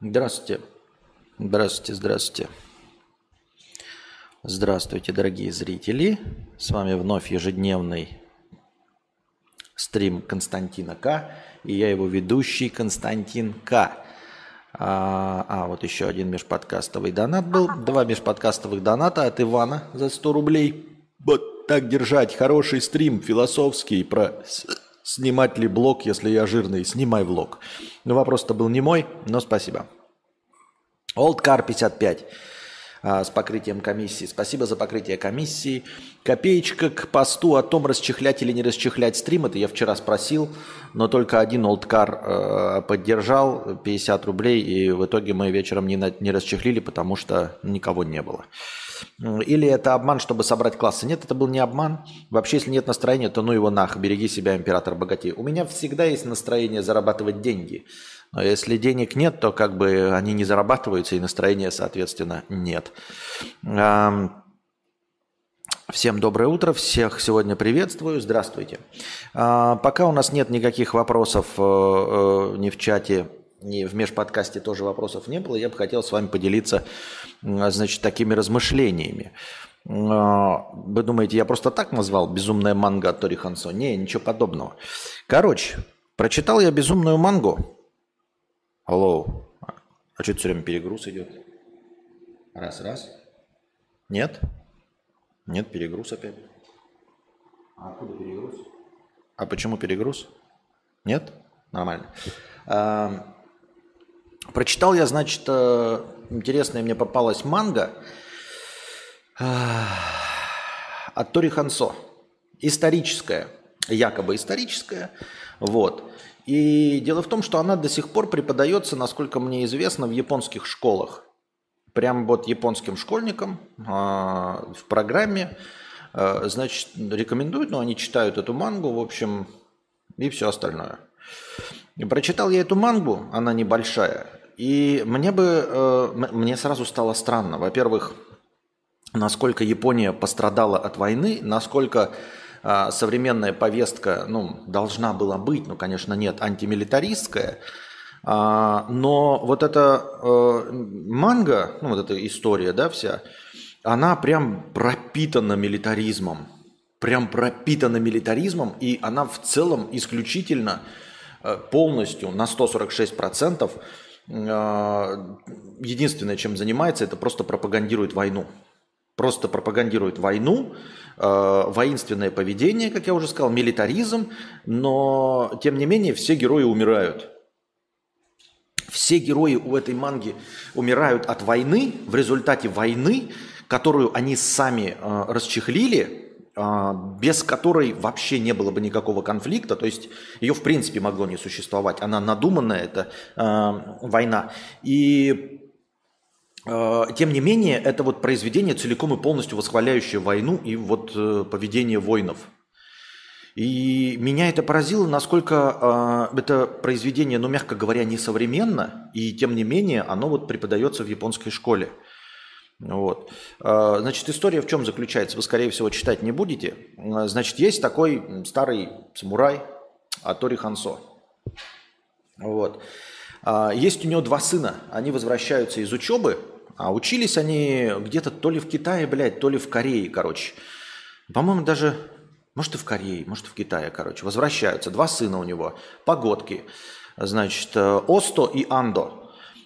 Здравствуйте. Здравствуйте, здравствуйте. Здравствуйте, дорогие зрители. С вами вновь ежедневный стрим Константина К. И я его ведущий Константин К. Вот еще один межподкастовый донат был. Два межподкастовых доната от Ивана за 100 рублей. Вот так держать. Хороший стрим философский про снимать ли блог, если я жирный. Снимай влог. Ну, вопрос-то был не мой, но спасибо. Олдкар 55 с покрытием комиссии. Спасибо за покрытие комиссии. Копеечка к посту о том, расчехлять или не расчехлять стрим. Это я вчера спросил, но только один Олдкар поддержал 50 рублей, и в итоге мы вечером не расчехлили, потому что никого не было. Или это обман, чтобы собрать классы? Нет, это был не обман. Вообще, если нет настроения, то ну его нах, береги себя, император богатей. У меня всегда есть настроение зарабатывать деньги. Но если денег нет, то как бы они не зарабатываются, и настроения, соответственно, нет. Всем доброе утро, всех сегодня приветствую, здравствуйте. Пока у нас нет никаких вопросов ни в чате, ни в межподкасте тоже вопросов не было, я бы хотел с вами поделиться, значит, такими размышлениями. Вы думаете, я просто так назвал «Безумная манга» от Тори Хансо? Не, ничего подобного. Короче, прочитал я «Безумную мангу». Алло. А что все время перегруз идет? Раз. Нет? Нет, перегруз опять. А откуда перегруз? А почему перегруз? Нет? Нормально. Прочитал я, значит, интересная мне попалась манга от Тори Хансо. Историческая. Якобы историческая. Вот. И дело в том, что она до сих пор преподается, насколько мне известно, в японских школах. Прям вот японским школьникам в программе, значит, рекомендуют, но они читают эту мангу, в общем, и все остальное. И прочитал я эту мангу, она небольшая, и мне сразу стало странно. Во-первых, насколько Япония пострадала от войны, насколько современная повестка, должна была быть, конечно, нет, антимилитаристская, но вот эта манга, вот эта история, да, вся, она прям пропитана милитаризмом. И она в целом исключительно полностью на 146% единственное, чем занимается, это просто пропагандирует войну. Просто пропагандирует войну, воинственное поведение, как я уже сказал, милитаризм, но тем не менее все герои умирают. Все герои у этой манги умирают от войны, в результате войны, которую они сами расчехлили, без которой вообще не было бы никакого конфликта, то есть ее в принципе могло не существовать. Она надуманная, эта война. И тем не менее, это вот произведение целиком и полностью восхваляющее войну и вот поведение воинов. И меня это поразило, насколько это произведение, мягко говоря, несовременно, и тем не менее оно вот преподается в японской школе. Вот. Значит, история в чем заключается? Вы, скорее всего, читать не будете. Значит, есть такой старый самурай Тори Хансо. Вот. Есть у него два сына. Они возвращаются из учебы, а учились они где-то то ли в Китае, то ли в Корее, короче. По-моему, даже, может и в Корее, может и в Китае, короче. Возвращаются. Два сына у него, погодки. Значит, Осто и Андо.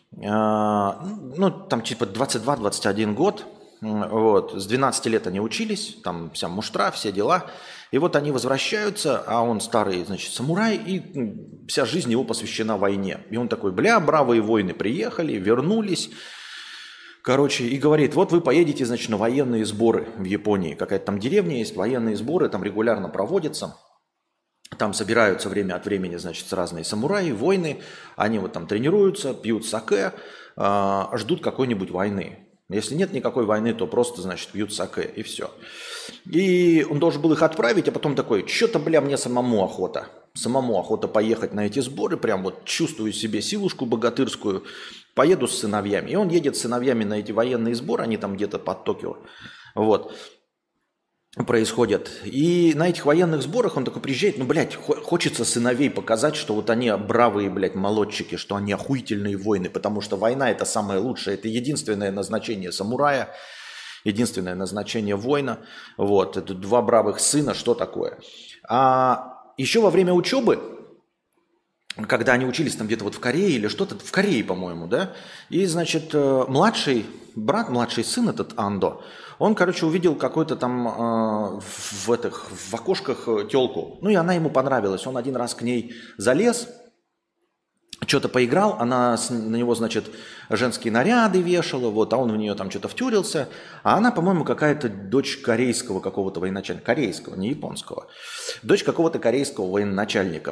Там типа 22-21 год. Вот. С 12 лет они учились, там вся муштра, все дела. И вот они возвращаются, а он старый, значит, самурай, и вся жизнь его посвящена войне. И он такой, бравые воины приехали, вернулись. Короче, и говорит, вот вы поедете, значит, на военные сборы в Японии. Какая-то там деревня есть, военные сборы там регулярно проводятся. Там собираются время от времени, значит, разные самураи, воины. Они вот там тренируются, пьют саке, ждут какой-нибудь войны. Если нет никакой войны, то просто, значит, пьют саке, и все. И он должен был их отправить, а потом такой, что-то, мне самому охота. Самому охота поехать на эти сборы, прям вот чувствую себе силушку богатырскую, поеду с сыновьями. И он едет с сыновьями на эти военные сборы, они там где-то под Токио. Вот. происходят. И на этих военных сборах он такой приезжает, ну, блядь, хочется сыновей показать, что вот они бравые, блядь, молодчики, что они охуительные воины, потому что война – это самое лучшее, это единственное назначение самурая, единственное назначение воина. Вот, это два бравых сына, что такое. А еще во время учебы, когда они учились там где-то вот в Корее или что-то, в Корее, по-моему, да, и, значит, младший брат, младший сын этот Андо, он, короче, увидел какой-то там в окошках телку, ну и она ему понравилась, он один раз к ней залез, что-то поиграл, она на него, значит, женские наряды вешала, вот, а он в нее там что-то втюрился, а она, по-моему, какая-то дочь корейского какого-то военачальника, корейского, не японского, дочь какого-то корейского военачальника.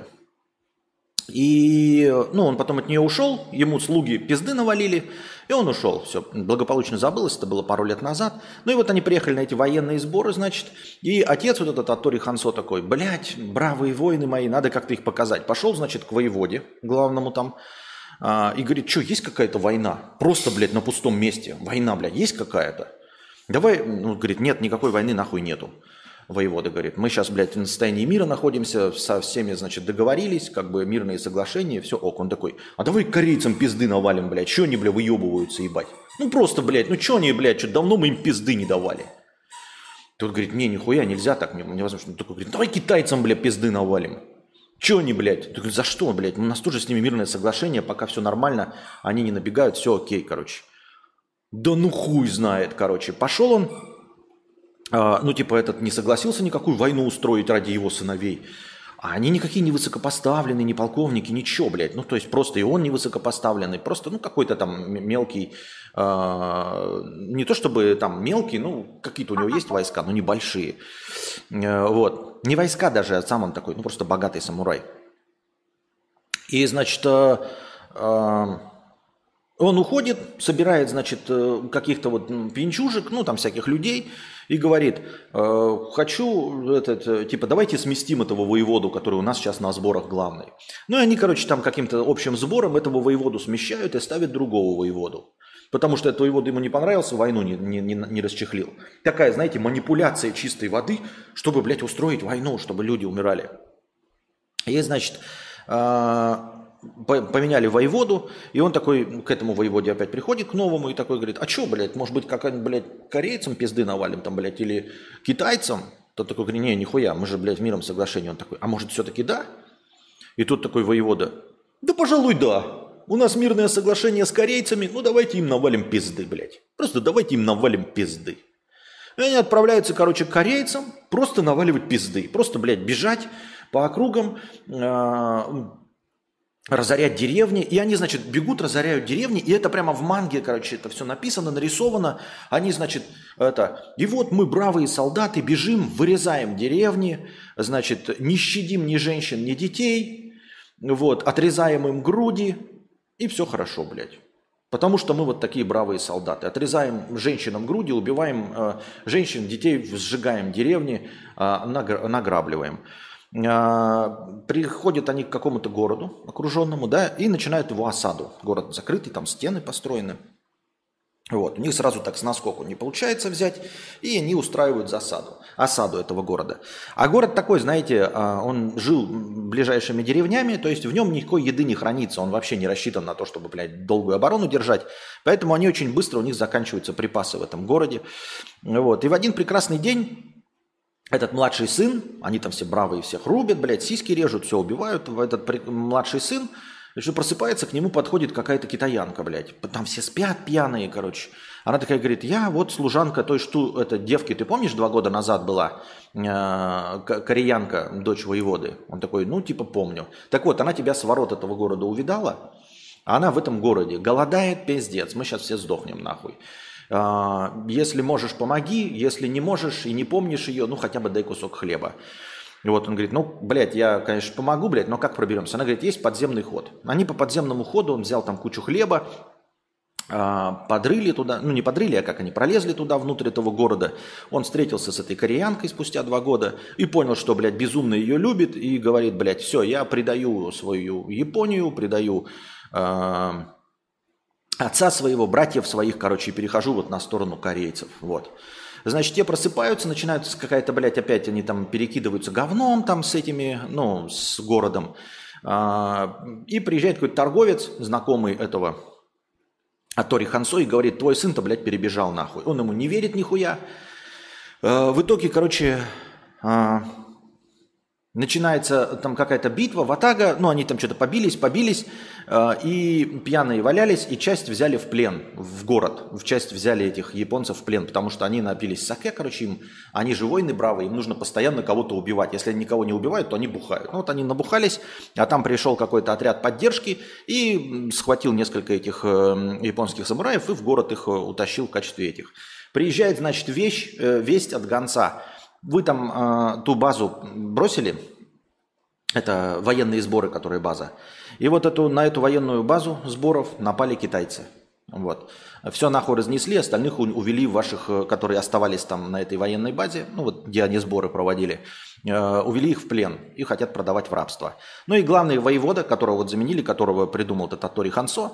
И, ну, он потом от нее ушел, ему слуги пизды навалили, и он ушел. Все, благополучно забылось, это было пару лет назад. Ну и вот они приехали на эти военные сборы, значит, и отец вот этот Атори Хансо такой, блядь, бравые воины мои, надо как-то их показать. Пошел, значит, к воеводе, главному там, и говорит, что, есть какая-то война? Просто, блядь, на пустом месте. Война, блядь, есть какая-то? Давай, ну, говорит, нет, никакой войны нахуй нету. Воевода говорит, мы сейчас, блядь, на состоянии мира находимся, со всеми, значит, договорились, как бы мирные соглашения, все, ок. Он такой, а давай корейцам пизды навалим, блядь, что они, бля, выебываются, ебать? Ну просто, блядь, ну что они, блядь, что давно мы им пизды не давали. Тот говорит, не, нихуя, нельзя так, невозможно. Он такой говорит, давай китайцам, бля, пизды навалим. Че они, блядь? Ты говоришь, за что, блядь? У нас тоже с ними мирное соглашение, пока все нормально, они не набегают, все окей, короче. Да ну хуй знает, короче. Пошел он, ну, типа, этот не согласился никакую войну устроить ради его сыновей. А они никакие не высокопоставленные, не полковники, ничего, блядь. Ну, то есть просто и он не высокопоставленный, просто, ну, какой-то там мелкий, не то чтобы там мелкий, ну, какие-то у него есть войска, но небольшие. Вот. Не войска даже, а сам он такой, ну, просто богатый самурай. И, значит, он уходит, собирает, значит, каких-то вот пьянчужек, ну, там всяких людей, и говорит, хочу, типа, давайте сместим этого воеводу, который у нас сейчас на сборах главный. Ну, и они, короче, там каким-то общим сбором этого воеводу смещают и ставят другого воеводу. Потому что этот воевода ему не понравился, войну не расчехлил. Такая, знаете, манипуляция чистой воды, чтобы, блядь, устроить войну, чтобы люди умирали. И, значит, поменяли воеводу, и он такой к этому воеводе опять приходит, к новому, и такой говорит, а что, блядь, может быть, какая-нибудь, блядь, корейцам пизды навалим, там, блядь, или китайцам? Тот такой говорит, не, нихуя, мы же, блядь, в мирном соглашении. Он такой, а может, все-таки да? И тут такой воевода, да, пожалуй, да. У нас мирное соглашение с корейцами, ну, давайте им навалим пизды, блядь. Просто давайте им навалим пизды. И они отправляются, короче, к корейцам, просто наваливать пизды. Просто, блядь, бежать по округам, разорять деревни, и они, значит, бегут, разоряют деревни, и это прямо в манге, короче, это все написано, нарисовано, они, значит, и вот мы, бравые солдаты, бежим, вырезаем деревни, значит, не щадим ни женщин, ни детей, вот, отрезаем им груди, и все хорошо, блядь. Потому что мы вот такие бравые солдаты. Отрезаем женщинам груди, убиваем женщин, детей, сжигаем деревни, награбливаем. Приходят они к какому-то городу окруженному, да, и начинают его осаду. Город закрытый, там стены построены. Вот. У них сразу так с наскоку не получается взять, и они устраивают осаду этого города. А город такой, знаете, он жил ближайшими деревнями, то есть в нем никакой еды не хранится, он вообще не рассчитан на то, чтобы, блядь, долгую оборону держать, поэтому они очень быстро, у них заканчиваются припасы в этом городе. Вот. И в один прекрасный день этот младший сын, они там все бравые, всех рубят, блядь, сиськи режут, все убивают, этот младший сын, что просыпается, к нему подходит какая-то китаянка, блядь. Там все спят пьяные, короче. Она такая говорит, я вот служанка той девки, ты помнишь, 2 года назад была кореянка, дочь воеводы? Он такой, ну, типа, помню. Так вот, она тебя с ворот этого города увидала, а она в этом городе голодает, пиздец, мы сейчас все сдохнем, нахуй. Если можешь, помоги, если не можешь и не помнишь ее, ну, хотя бы дай кусок хлеба. И вот он говорит, ну, блядь, я, конечно, помогу, блядь, но как проберемся? Она говорит, есть подземный ход. Они по подземному ходу, он взял там кучу хлеба, подрыли туда, ну не подрыли, а как они пролезли туда, внутрь этого города. Он встретился с этой кореянкой спустя 2 года и понял, что, блядь, безумно ее любит и говорит, блядь, все, я предаю свою Японию, предаю отца своего, братьев своих, короче, и перехожу вот на сторону корейцев, вот. Значит, те просыпаются, начинаются какая-то, блядь, опять они там перекидываются говном там с этими, ну, с городом. И приезжает какой-то торговец, знакомый этого Атори Хансо, и говорит, твой сын-то, блядь, перебежал нахуй. Он ему не верит нихуя. В итоге, короче, начинается там какая-то битва, ватага, ну, они там что-то побились, и пьяные валялись, и часть взяли в плен, в город. В часть взяли этих японцев в плен, потому что они напились саке, короче, они же воины бравые, им нужно постоянно кого-то убивать. Если они никого не убивают, то они бухают. Ну, вот они набухались, а там пришел какой-то отряд поддержки и схватил несколько этих японских самураев и в город их утащил в качестве этих. Приезжает, значит, весть от гонца. Вы там ту базу бросили, это военные сборы, которые база. И вот на эту военную базу сборов напали китайцы. Вот. Все нахуй разнесли, остальных увели ваших, которые оставались там на этой военной базе, ну вот где они сборы проводили, увели их в плен и хотят продавать в рабство. Ну и главный воевода, которого вот заменили, которого придумал этот Атори Хансо,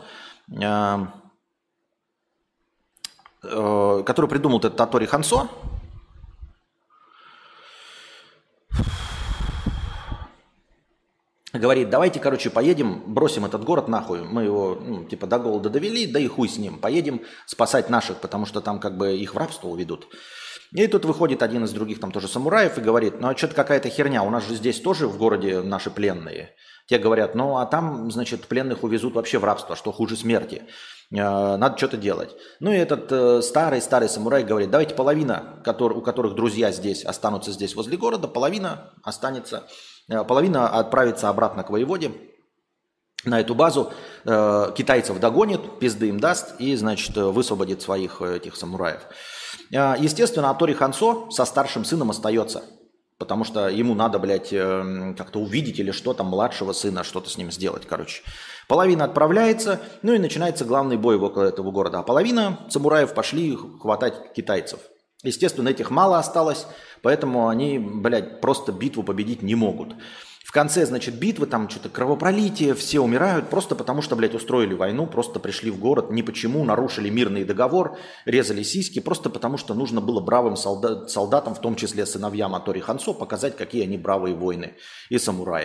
говорит, давайте, короче, поедем, бросим этот город нахуй. Мы его, ну, типа, до голода довели, да и хуй с ним. Поедем спасать наших, потому что там как бы их в рабство уведут. И тут выходит один из других там тоже самураев и говорит, ну, а что-то какая-то херня, у нас же здесь тоже в городе наши пленные. Те говорят, ну, а там, значит, пленных увезут вообще в рабство, что хуже смерти. Надо что-то делать. Ну, и этот старый самурай говорит, давайте половина, у которых друзья здесь, останутся здесь возле города, половина отправится обратно к воеводе на эту базу, китайцев догонит, пизды им даст и, значит, высвободит своих этих самураев. Естественно, Атори Хансо со старшим сыном остается, потому что ему надо, блядь, как-то увидеть или что там, младшего сына, что-то с ним сделать, короче. Половина отправляется, ну и начинается главный бой около этого города, а половина самураев пошли хватать китайцев. Естественно, этих мало осталось, поэтому они, блядь, просто битву победить не могут. В конце, значит, битвы, там что-то кровопролитие, все умирают, просто потому что, блядь, устроили войну, просто пришли в город, ни почему, нарушили мирный договор, резали сиськи, просто потому что нужно было бравым солдатам, в том числе сыновьям Атори Хансо, показать, какие они бравые воины и самураи.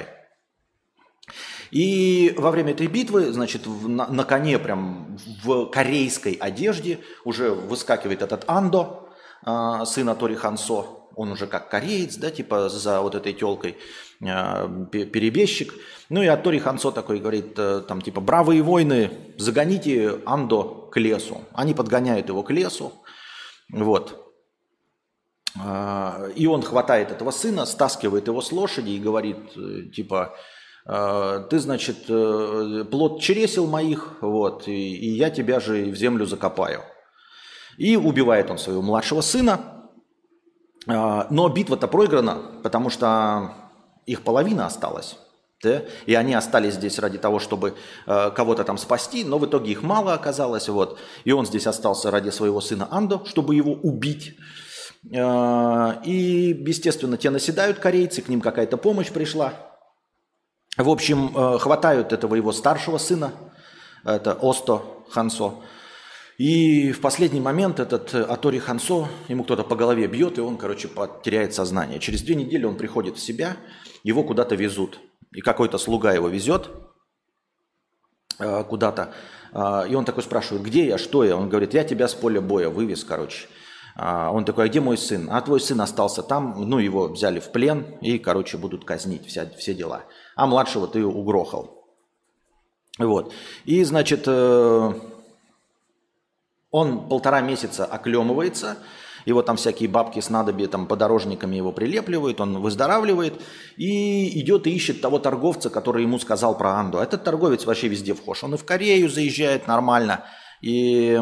И во время этой битвы, значит, на коне, прям в корейской одежде, уже выскакивает этот Андо, сын Атори Хансо, он уже как кореец, да, типа за вот этой телкой, перебежчик. Ну и Атори Хансо такой говорит, там типа, бравые воины, загоните Андо к лесу. Они подгоняют его к лесу, вот. И он хватает этого сына, стаскивает его с лошади и говорит, типа, ты, значит, плод чересел моих, вот, и я тебя же в землю закопаю. И убивает он своего младшего сына, но битва-то проиграна, потому что их половина осталась, да? И они остались здесь ради того, чтобы кого-то там спасти, но в итоге их мало оказалось, вот. И он здесь остался ради своего сына Андо, чтобы его убить. И, естественно, те наседают корейцы, к ним какая-то помощь пришла. В общем, хватают этого его старшего сына, это Осто Хансо. И в последний момент этот Атори Хансо, ему кто-то по голове бьет, и он, короче, теряет сознание. Через 2 недели он приходит в себя, его куда-то везут. И какой-то слуга его везет куда-то. И он такой спрашивает, где я, что я? Он говорит, я тебя с поля боя вывез, короче. Он такой, а где мой сын? А твой сын остался там, ну, его взяли в плен и, короче, будут казнить, все дела. А младшего ты угрохал. Вот. И, значит, он 1,5 месяца оклемывается, его там всякие бабки с надоби, там подорожниками его прилепливают, он выздоравливает и идет и ищет того торговца, который ему сказал про Анду. Этот торговец вообще везде вхож. Он и в Корею заезжает нормально, и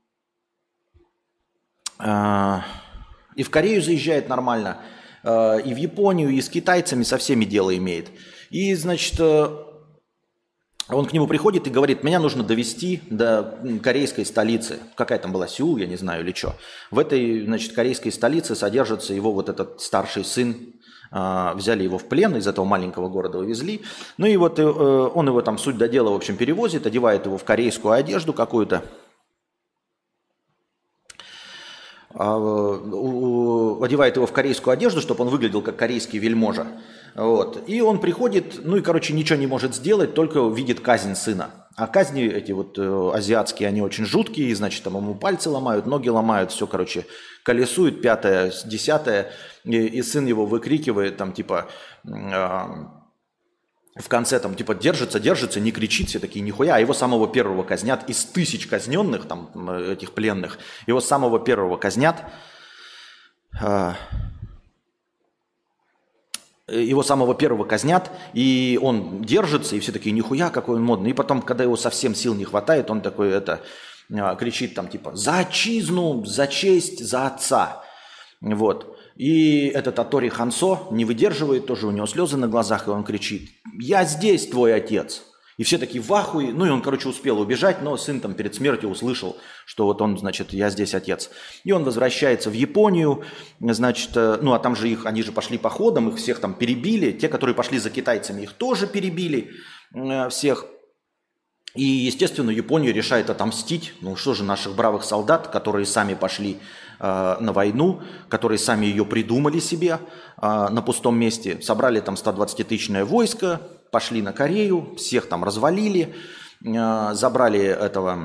в Корею заезжает нормально, и в Японию, и с китайцами, со всеми дело имеет. И, значит, он к нему приходит и говорит, меня нужно довести до корейской столицы. Какая там была, Сеул, я не знаю, или что. В этой, значит, корейской столице содержится его вот этот старший сын. Взяли его в плен, из этого маленького города увезли. Ну и вот он его там суть до дела, в общем, перевозит, одевает его в корейскую одежду какую-то. одевает его в корейскую одежду, чтобы он выглядел как корейский вельможа. Вот. И он приходит, ну и, короче, ничего не может сделать, только видит казнь сына. А казни эти вот азиатские, они очень жуткие, значит, там ему пальцы ломают, ноги ломают, все, короче, колесует, 5-е, 10-е, и сын его выкрикивает там, типа, в конце там, типа, держится, не кричит, все такие, нихуя, а его самого первого казнят из 1000 казненных, там, этих пленных, его самого первого казнят, и он держится, и все такие, нихуя, какой он модный. И потом, когда его совсем сил не хватает, он такой, кричит там, типа, за отчизну, за честь, за отца. Вот. И этот Атори Хансо не выдерживает, тоже у него слезы на глазах, и он кричит, я здесь, твой отец. И все такие в ахуе. Ну и он, короче, успел убежать, но сын там перед смертью услышал, что вот он, значит, я здесь отец. И он возвращается в Японию, значит, ну а там же они же пошли походом, их всех там перебили. Те, которые пошли за китайцами, их тоже перебили всех. И, естественно, Япония решает отомстить. Ну что же, наших бравых солдат, которые сами пошли на войну, которые сами ее придумали себе на пустом месте, собрали там 120-тысячное войско, пошли на Корею, всех там развалили, забрали этого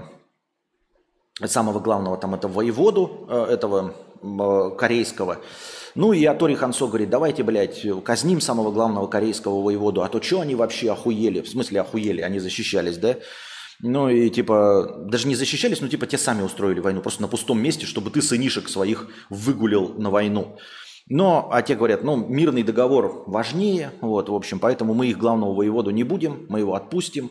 самого главного там этого воеводу, этого корейского. Ну и Атори Хансо говорит, давайте, блядь, казним самого главного корейского воеводу, а то что они вообще охуели? В смысле охуели, они защищались, да? Ну и типа, даже не защищались, но типа те сами устроили войну, просто на пустом месте, чтобы ты сынишек своих выгулил на войну. Но, а те говорят, ну, мирный договор важнее, вот, в общем, поэтому мы их главного воеводу не будем, мы его отпустим,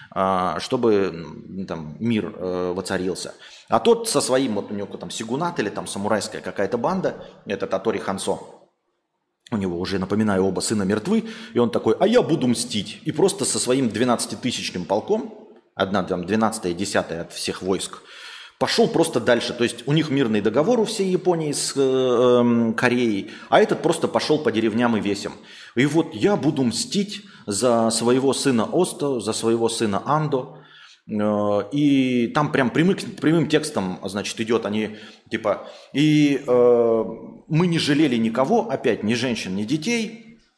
чтобы там мир воцарился. А тот со своим, вот у него там сигунат или там самурайская какая-то банда, этот Атори Хансо, у него уже, напоминаю, оба сына мертвы, и он такой, а я буду мстить. И просто со своим 12-тысячным полком, одна там 12-я, 10-я от всех войск, пошел просто дальше. То есть у них мирный договор у всей Японии с Кореей, а этот просто пошел по деревням и весям. И вот я буду мстить за своего сына Осто, за своего сына Андо. И там прям прямым текстом, значит, идет они типа, и мы не жалели никого, опять ни женщин, ни детей.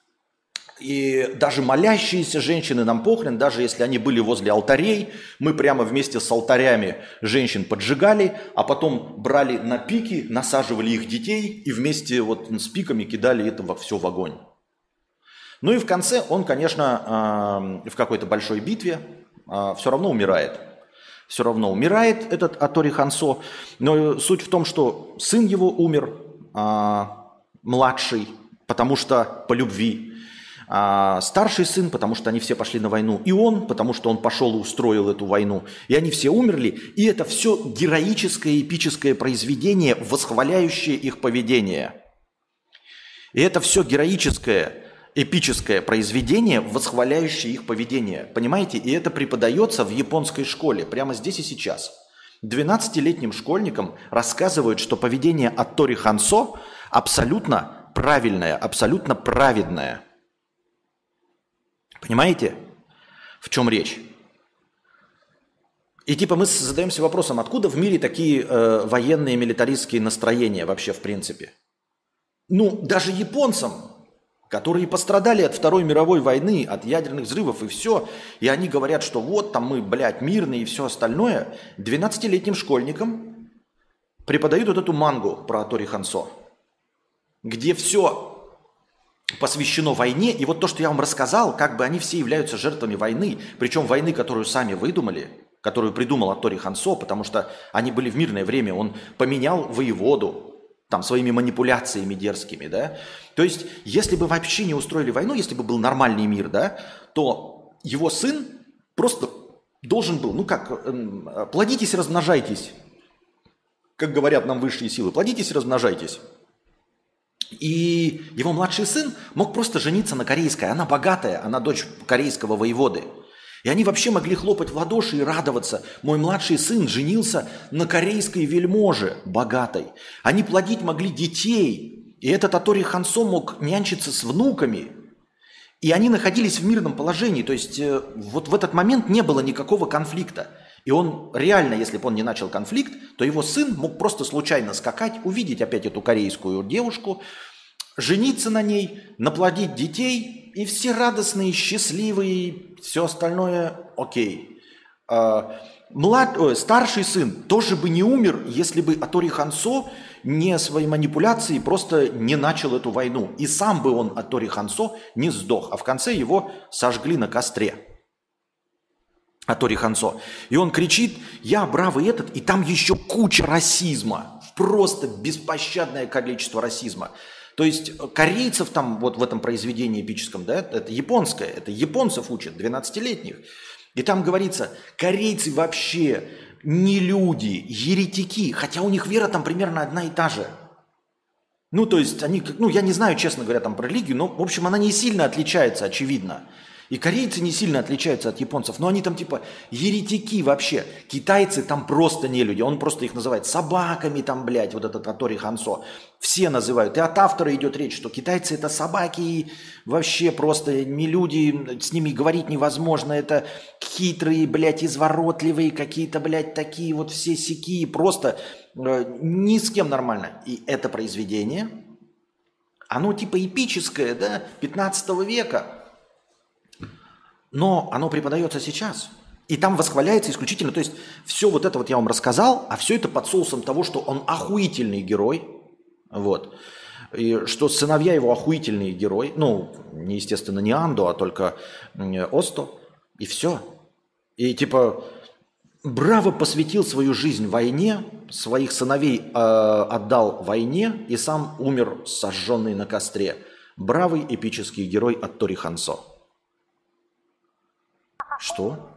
И даже молящиеся женщины нам похрен, даже если они были возле алтарей, мы прямо вместе с алтарями женщин поджигали, а потом брали на пики, насаживали их детей и вместе вот с пиками кидали это все в огонь. Ну и в конце он, конечно, в какой-то большой битве все равно умирает. Все равно умирает этот Атори Хансо, но суть в том, что сын его умер, младший, потому что по любви, а старший сын, потому что они все пошли на войну, и он, потому что он пошел и устроил эту войну. И они все умерли, и это все героическое, эпическое произведение, восхваляющее их поведение. И это все героическое, эпическое произведение, восхваляющее их поведение. Понимаете? И это преподается в японской школе, прямо здесь и сейчас. 12-летним школьникам рассказывают, что поведение Атори Хансо абсолютно правильное, абсолютно праведное. Понимаете, в чем речь? И типа мы задаемся вопросом, откуда в мире такие военные милитаристские настроения вообще в принципе? Ну, даже японцам, которые пострадали от Второй мировой войны, от ядерных взрывов и все, и они говорят, что вот там мы, блядь, мирные и все остальное, 12-летним школьникам преподают вот эту мангу про Атори Хансо, где все посвящено войне, и вот то, что я вам рассказал, как бы они все являются жертвами войны, причем войны, которую сами выдумали, которую придумал Атори Хансо, потому что они были в мирное время, он поменял воеводу, там, своими манипуляциями дерзкими, да, то есть, если бы вообще не устроили войну, если бы был нормальный мир, да, то его сын просто должен был, ну как, плодитесь, размножайтесь, как говорят нам высшие силы, плодитесь, размножайтесь. И его младший сын мог просто жениться на корейской. Она богатая, она дочь корейского воеводы. И они вообще могли хлопать в ладоши и радоваться. Мой младший сын женился на корейской вельможе богатой. Они плодить могли детей. И этот Атори Хансо мог нянчиться с внуками. И они находились в мирном положении. То есть вот в этот момент не было никакого конфликта. И он реально, если бы он не начал конфликт, то его сын мог просто случайно скакать, увидеть опять эту корейскую девушку, жениться на ней, наплодить детей, и все радостные, счастливые, все остальное окей. Старший сын тоже бы не умер, если бы Атори Хансо не своей манипуляцией просто не начал эту войну. И сам бы он, Атори Хансо, не сдох, а в конце его сожгли на костре. Атори Хансо. И он кричит: я бравый этот, и там еще куча расизма. Просто беспощадное количество расизма. То есть корейцев там вот в этом произведении эпическом, да, это японское, это японцев учат, 12-летних. И там говорится, корейцы вообще не люди, еретики, хотя у них вера там примерно одна и та же. Ну, то есть они, ну, я не знаю, честно говоря, там про религию, но, в общем, она не сильно отличается, очевидно. И корейцы не сильно отличаются от японцев, но они там типа еретики вообще. Китайцы там просто не люди, он просто их называет собаками там, блядь, вот этот Атори Хансо. Все называют, и от автора идет речь, что китайцы это собаки, вообще просто не люди, с ними говорить невозможно, это хитрые, блядь, изворотливые какие-то, блядь, такие вот все сякие, просто ни с кем нормально. И это произведение, оно типа эпическое, да, 15 века, но оно преподается сейчас. И там восхваляется исключительно, то есть все вот это вот я вам рассказал, а все это под соусом того, что он охуительный герой, вот, и что сыновья его охуительные герои, ну, естественно, не Андо, а только Осто, и все. И типа браво посвятил свою жизнь войне, своих сыновей отдал войне и сам умер сожженный на костре. Бравый эпический герой Атори Хансо. Что?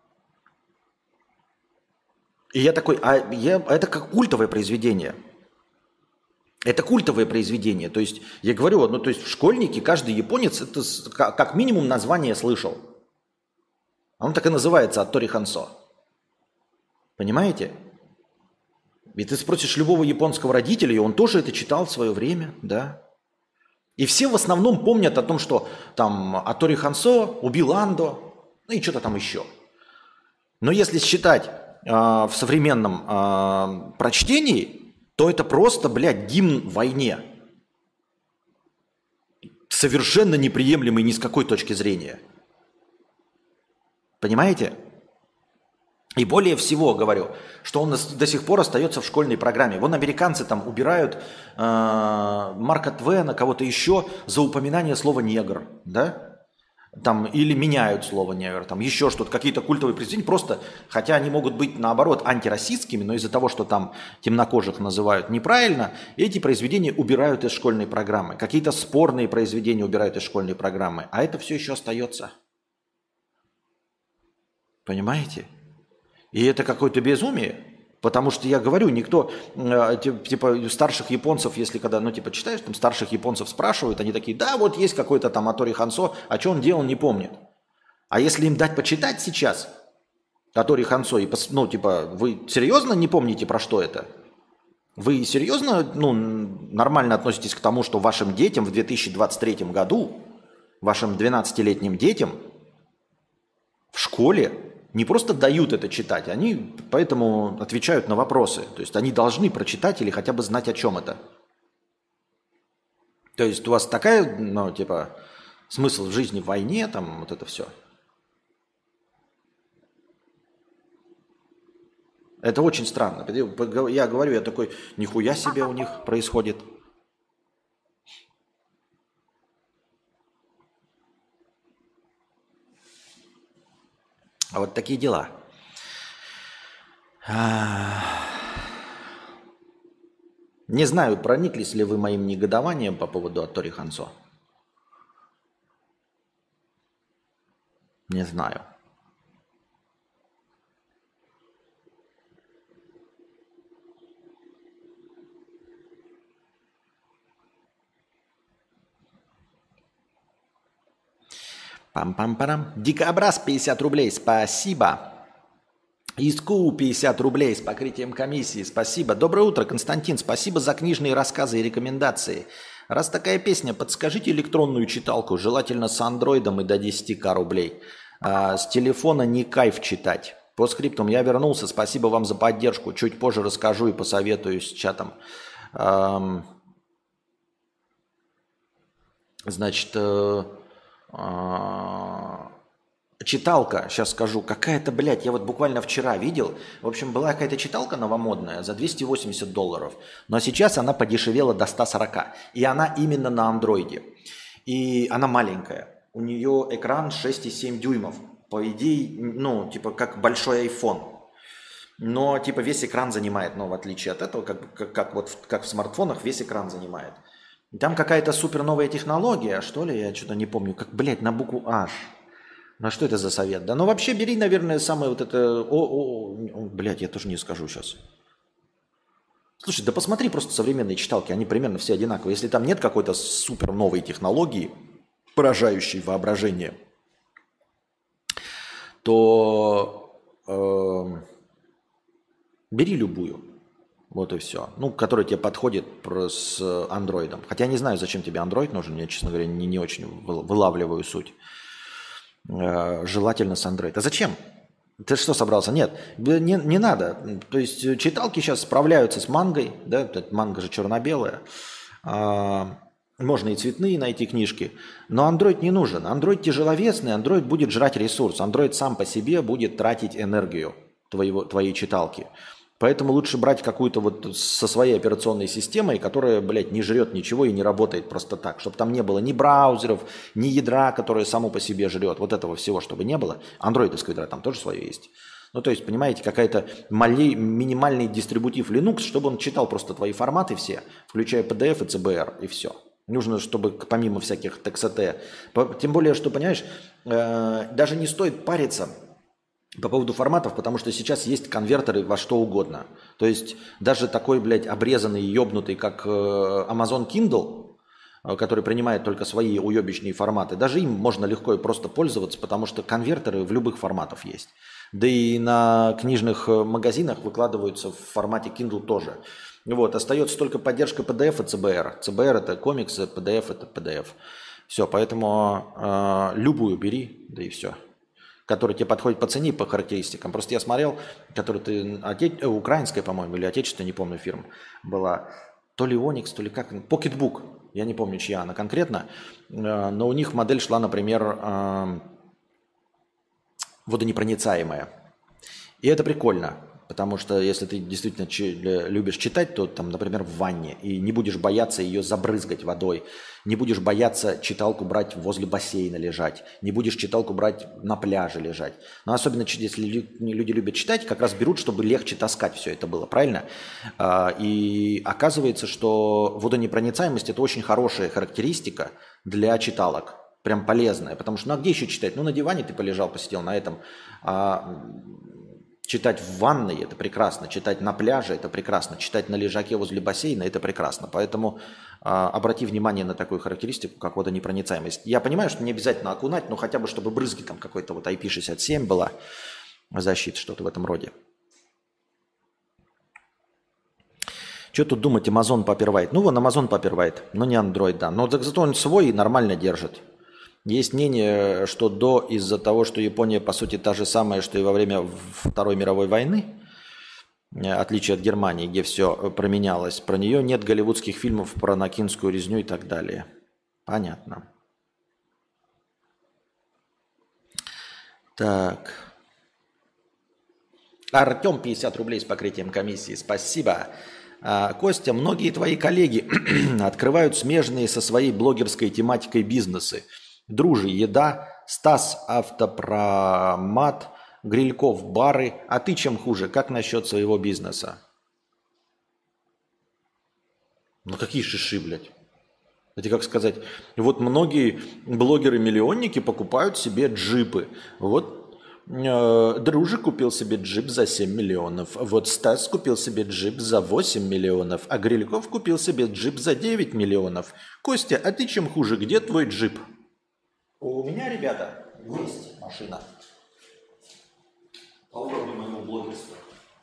И я такой, это как культовое произведение. Это культовое произведение. То есть, я говорю, ну, то есть, школьники, каждый японец, это как минимум название слышал. Он так и называется, Атори Хансо. Понимаете? И ты спросишь любого японского родителя, и он тоже это читал в свое время, да. И все в основном помнят о том, что там Атори Хансо убил Андо, ну и что-то там еще. Но если считать в современном прочтении, то это просто, блядь, гимн войне. Совершенно неприемлемый ни с какой точки зрения. Понимаете? И более всего говорю, что он до сих пор остается в школьной программе. Вон американцы там убирают Марка Твена, кого-то еще за упоминание слова «негр», да? Там, или меняют слово «негр», там еще что-то, какие-то культовые произведения, просто, хотя они могут быть, наоборот, антирасистскими, но из-за того, что там темнокожих называют неправильно, эти произведения убирают из школьной программы. Какие-то спорные произведения убирают из школьной программы, а это все еще остается. Понимаете? И это какое-то безумие. Потому что я говорю, никто, типа старших японцев, если когда, ну типа читаешь, там старших японцев спрашивают, они такие, да, вот есть какой-то там Атори Хансо, а что он делал, не помнит. А если им дать почитать сейчас Атори Хансо, и, ну типа, вы серьезно не помните, про что это? Вы серьезно, ну, нормально относитесь к тому, что вашим детям в 2023 году, вашим 12-летним детям в школе не просто дают это читать, они поэтому отвечают на вопросы. То есть они должны прочитать или хотя бы знать, о чем это. То есть у вас такая, ну, типа, смысл в жизни в войне, там, вот это все. Это очень странно. Я говорю, я такой, нихуя себе у них происходит. А вот такие дела. Не знаю, прониклись ли вы моим негодованием по поводу Атори Хансо. Не знаю. Пам-пам-парам. Дикобраз 50 рублей. Спасибо. Иску 50 рублей с покрытием комиссии. Спасибо. Доброе утро, Константин. Спасибо за книжные рассказы и рекомендации. Раз такая песня, подскажите электронную читалку, желательно с андроидом и до 10 рублей. С телефона не кайф читать. По скриптум я вернулся. Спасибо вам за поддержку. Чуть позже расскажу и посоветую с чатом. Значит, читалка, сейчас скажу, какая-то, блядь, я вот буквально вчера видел. В общем, была какая-то читалка новомодная за $280. Но сейчас она подешевела до 140. И она именно на андроиде. И она маленькая. У нее экран 6,7 дюймов. По идее, ну, типа, как большой iPhone. Но, типа, весь экран занимает, но в отличие от этого, как в смартфонах, весь экран занимает. Там какая-то супер новая технология, что ли, я что-то не помню. Как, блядь, на букву H. Ну, а что это за совет? Да, ну, вообще, бери, наверное, самое вот это... Блядь, я тоже не скажу сейчас. Слушай, да посмотри просто современные читалки, они примерно все одинаковые. Если там нет какой-то супер новой технологии, поражающей воображение, то бери любую. Вот и все. Ну, который тебе подходит с андроидом. Хотя я не знаю, зачем тебе андроид нужен. Я, честно говоря, не очень вылавливаю суть. Желательно с андроид. А зачем? Ты что собрался? Нет, не надо. То есть читалки сейчас справляются с мангой. Да? Манга же черно-белая. Можно и цветные найти книжки. Но андроид не нужен. Андроид тяжеловесный, андроид будет жрать ресурс. Андроид сам по себе будет тратить энергию твоей читалки. Поэтому лучше брать какую-то вот со своей операционной системой, которая, блядь, не жрет ничего и не работает просто так. Чтобы там не было ни браузеров, ни ядра, которое само по себе жрет. Вот этого всего, чтобы не было. Андроидовское ядро там тоже свое есть. Ну, то есть, понимаете, какая-то минимальный дистрибутив Linux, чтобы он читал просто твои форматы все, включая PDF и CBR, и все. Нужно, чтобы помимо всяких TXT, тем более, что, понимаешь, даже не стоит париться по поводу форматов, потому что сейчас есть конвертеры во что угодно. То есть даже такой, блядь, обрезанный, ебнутый, как Amazon Kindle, который принимает только свои уебищные форматы, даже им можно легко и просто пользоваться, потому что конвертеры в любых форматах есть. Да и на книжных магазинах выкладываются в формате Kindle тоже. Вот, остается только поддержка PDF и CBR. CBR это комиксы, PDF это PDF. Все, поэтому любую бери, да и все. Который тебе подходит по цене, по характеристикам. Просто я смотрел, который ты украинская, по-моему, или отечественная, не помню, фирма была. То ли Onyx, то ли как. Pocketbook. Я не помню, чья она конкретно. Но у них модель шла, например, водонепроницаемая. И это прикольно. Потому что если ты действительно любишь читать, то там, например, в ванне, и не будешь бояться ее забрызгать водой, не будешь бояться читалку брать возле бассейна лежать, не будешь читалку брать на пляже лежать. Но особенно, если люди любят читать, как раз берут, чтобы легче таскать все это было, правильно? И оказывается, что водонепроницаемость – это очень хорошая характеристика для читалок. Прям полезная. Потому что, ну а где еще читать? Ну на диване ты полежал, посидел на этом. Читать в ванной – это прекрасно, читать на пляже – это прекрасно, читать на лежаке возле бассейна – это прекрасно. Поэтому обрати внимание на такую характеристику, как водонепроницаемость. Я понимаю, что не обязательно окунать, но хотя бы, чтобы брызги там какой-то вот IP67 была, защита, что-то в этом роде. Что тут думать, Amazon Paperwhite? Ну, вон Amazon Paperwhite, но не Android, да. Но зато он свой и нормально держит. Есть мнение, что из-за того, что Япония, по сути, та же самая, что и во время Второй мировой войны, отличие от Германии, где все променялось, про нее нет голливудских фильмов про накинскую резню и так далее. Понятно. Так. Артем, 50 рублей с покрытием комиссии. Спасибо. Костя, многие твои коллеги открывают смежные со своей блогерской тематикой бизнесы. Дружи, еда, Стас, автопромат, Грильков, бары. А ты чем хуже? Как насчет своего бизнеса? Ну какие шиши, блядь? Это как сказать, вот многие блогеры-миллионники покупают себе джипы. Вот Дружи купил себе джип за 7 миллионов. Вот Стас купил себе джип за 8 миллионов. А Грильков купил себе джип за 9 миллионов. Костя, а ты чем хуже? Где твой джип? У меня, ребята, есть машина. По уровню моего блогерства.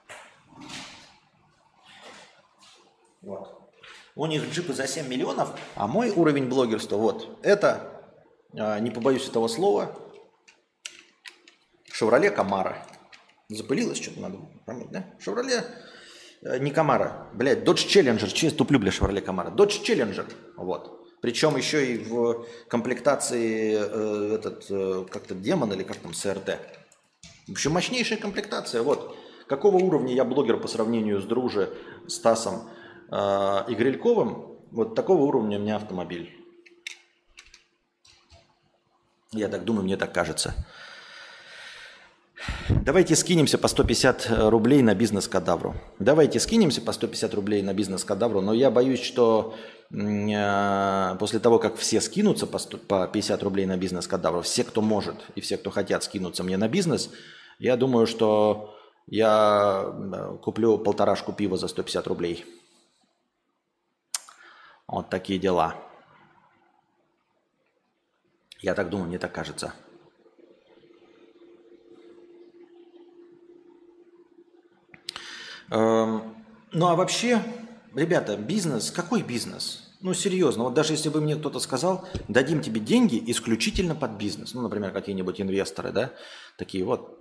Вот. У них джипы за 7 миллионов, а мой уровень блогерства, вот, это, не побоюсь этого слова, Chevrolet Camaro. Запылилось что-то, надо помыть, да? Шевроле не Камара. Блядь, Dodge Challenger. Че я туплю, бля, Шевроле Камара? Dodge Challenger. Вот. Причем еще и в комплектации как-то демон или как там, СРТ. В общем, мощнейшая комплектация. Вот. Какого уровня я блогер по сравнению с Друже, Стасом и Грильковым, вот такого уровня у меня автомобиль. Я так думаю, мне так кажется. Давайте скинемся по 150 рублей на бизнес-кадавру. Давайте скинемся по 150 рублей на бизнес-кадавру, но я боюсь, что после того, как все скинутся по 50 рублей на бизнес-кадавру, все, кто может и все, кто хотят скинуться мне на бизнес, я думаю, что я куплю полторашку пива за 150 рублей. Вот такие дела. Я так думаю, мне так кажется. Ну а вообще, ребята, бизнес, какой бизнес? Ну серьезно, вот даже если бы мне кто-то сказал, дадим тебе деньги исключительно под бизнес, ну, например, какие-нибудь инвесторы, да, такие вот,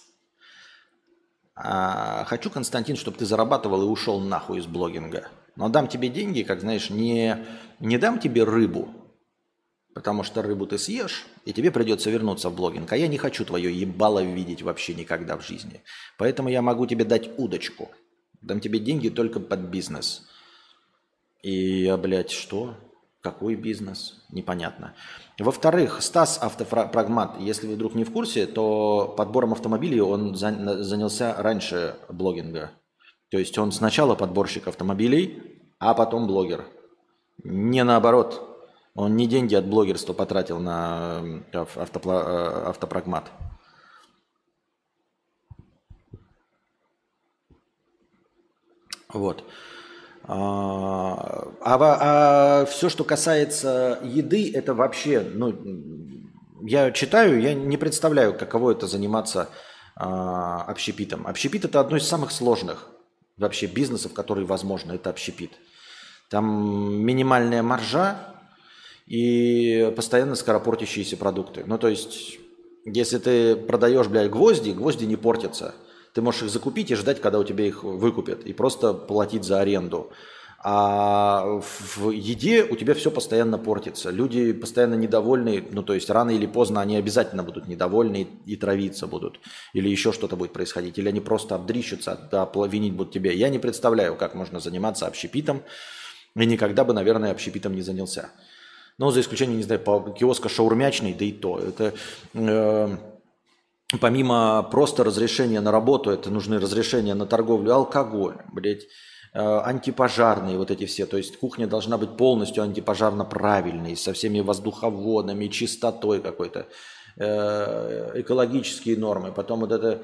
хочу, Константин, чтобы ты зарабатывал и ушел нахуй из блогинга. Но дам тебе деньги, как знаешь, не дам тебе рыбу, потому что рыбу ты съешь, и тебе придется вернуться в блогинг. А я не хочу твое ебало видеть вообще никогда в жизни. Поэтому я могу тебе дать удочку. Дам тебе деньги только под бизнес. И я, блядь, что? Какой бизнес? Непонятно. Во-вторых, Стас Автопрагмат, если вы вдруг не в курсе, то подбором автомобилей он занялся раньше блогинга. То есть он сначала подборщик автомобилей, а потом блогер. Не наоборот. Он не деньги от блогерства потратил на автопрагмат. Вот. Все, что касается еды, это вообще, ну, я читаю, я не представляю, каково это заниматься общепитом. Общепит – это одно из самых сложных вообще бизнесов, которые возможно, это общепит. Там минимальная маржа и постоянно скоропортящиеся продукты. Ну, то есть, если ты продаешь, блядь, гвозди не портятся. Ты можешь их закупить и ждать, когда у тебя их выкупят, и просто платить за аренду. А в еде у тебя все постоянно портится. Люди постоянно недовольны, ну то есть рано или поздно они обязательно будут недовольны и травиться будут. Или еще что-то будет происходить. Или они просто обдрищутся, да, винить будут тебя. Я не представляю, как можно заниматься общепитом. И никогда бы, наверное, общепитом не занялся. Ну, за исключением, не знаю, киоска шаурмячный, да и то. Это... Помимо просто разрешения на работу, это нужны разрешения на торговлю алкоголем, блядь, антипожарные вот эти все. То есть кухня должна быть полностью антипожарно правильной, со всеми воздуховодами, чистотой какой-то, экологические нормы. Потом вот это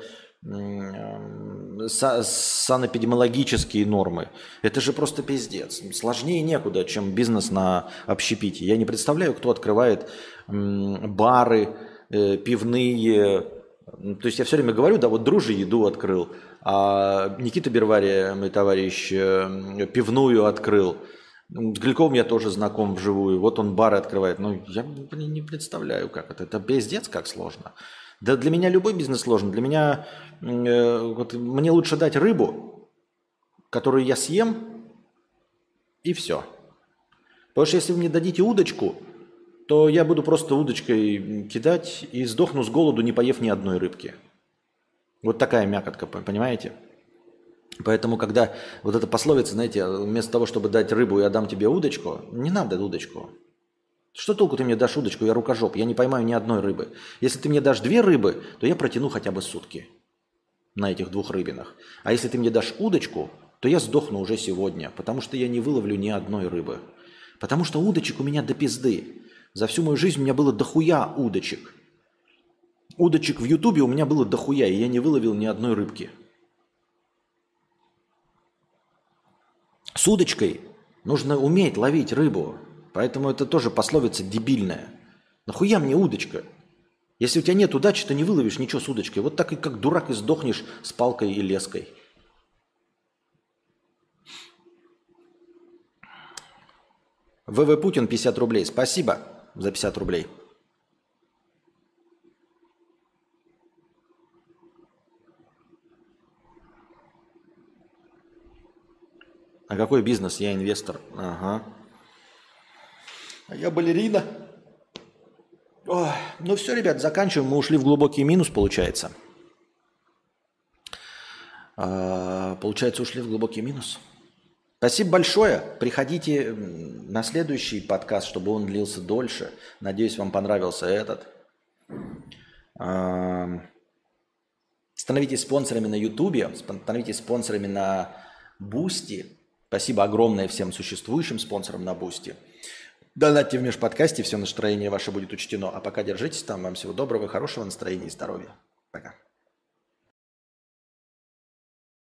санэпидемиологические нормы. Это же просто пиздец. Сложнее некуда, чем бизнес на общепите. Я не представляю, кто открывает бары, пивные. То есть я все время говорю, да, вот Друже еду открыл, а Никита Бервария, мой товарищ, пивную открыл. С Грильковым я тоже знаком вживую. Вот он бары открывает. Ну, я не представляю, как это. Это пиздец, как сложно. Да для меня любой бизнес сложен. Для меня, вот, мне лучше дать рыбу, которую я съем, и все. Потому что если вы мне дадите удочку, то я буду просто удочкой кидать и сдохну с голоду, не поев ни одной рыбки. Вот такая мякотка, понимаете? Поэтому, когда вот эта пословица, знаете, вместо того, чтобы дать рыбу, я дам тебе удочку, не надо удочку. Что толку ты мне дашь удочку, я рукожоп, я не поймаю ни одной рыбы. Если ты мне дашь 2 рыбы, то я протяну хотя бы сутки на этих 2 рыбинах. А если ты мне дашь удочку, то я сдохну уже сегодня, потому что я не выловлю ни одной рыбы. Потому что удочек у меня до пизды. За всю мою жизнь у меня было дохуя удочек. Удочек в Ютубе у меня было дохуя, и я не выловил ни одной рыбки. С удочкой нужно уметь ловить рыбу. Поэтому это тоже пословица дебильная. Нахуя мне удочка? Если у тебя нет удачи, то не выловишь ничего с удочкой. Вот так и как дурак и сдохнешь с палкой и леской. ВВ Путин 50 рублей. Спасибо за 50 рублей. А какой бизнес? Я инвестор. Ага. А я балерина. Ой, ну все, ребят, заканчиваем. Мы ушли в глубокий минус, получается. Получается, ушли в глубокий минус. Спасибо большое. Приходите на следующий подкаст, чтобы он длился дольше. Надеюсь, вам понравился этот. Становитесь спонсорами на Ютубе, становитесь спонсорами на Бусти. Спасибо огромное всем существующим спонсорам на Бусти. Донатьте в межподкасте, все настроение ваше будет учтено. А пока держитесь там. Вам всего доброго, хорошего настроения и здоровья. Пока.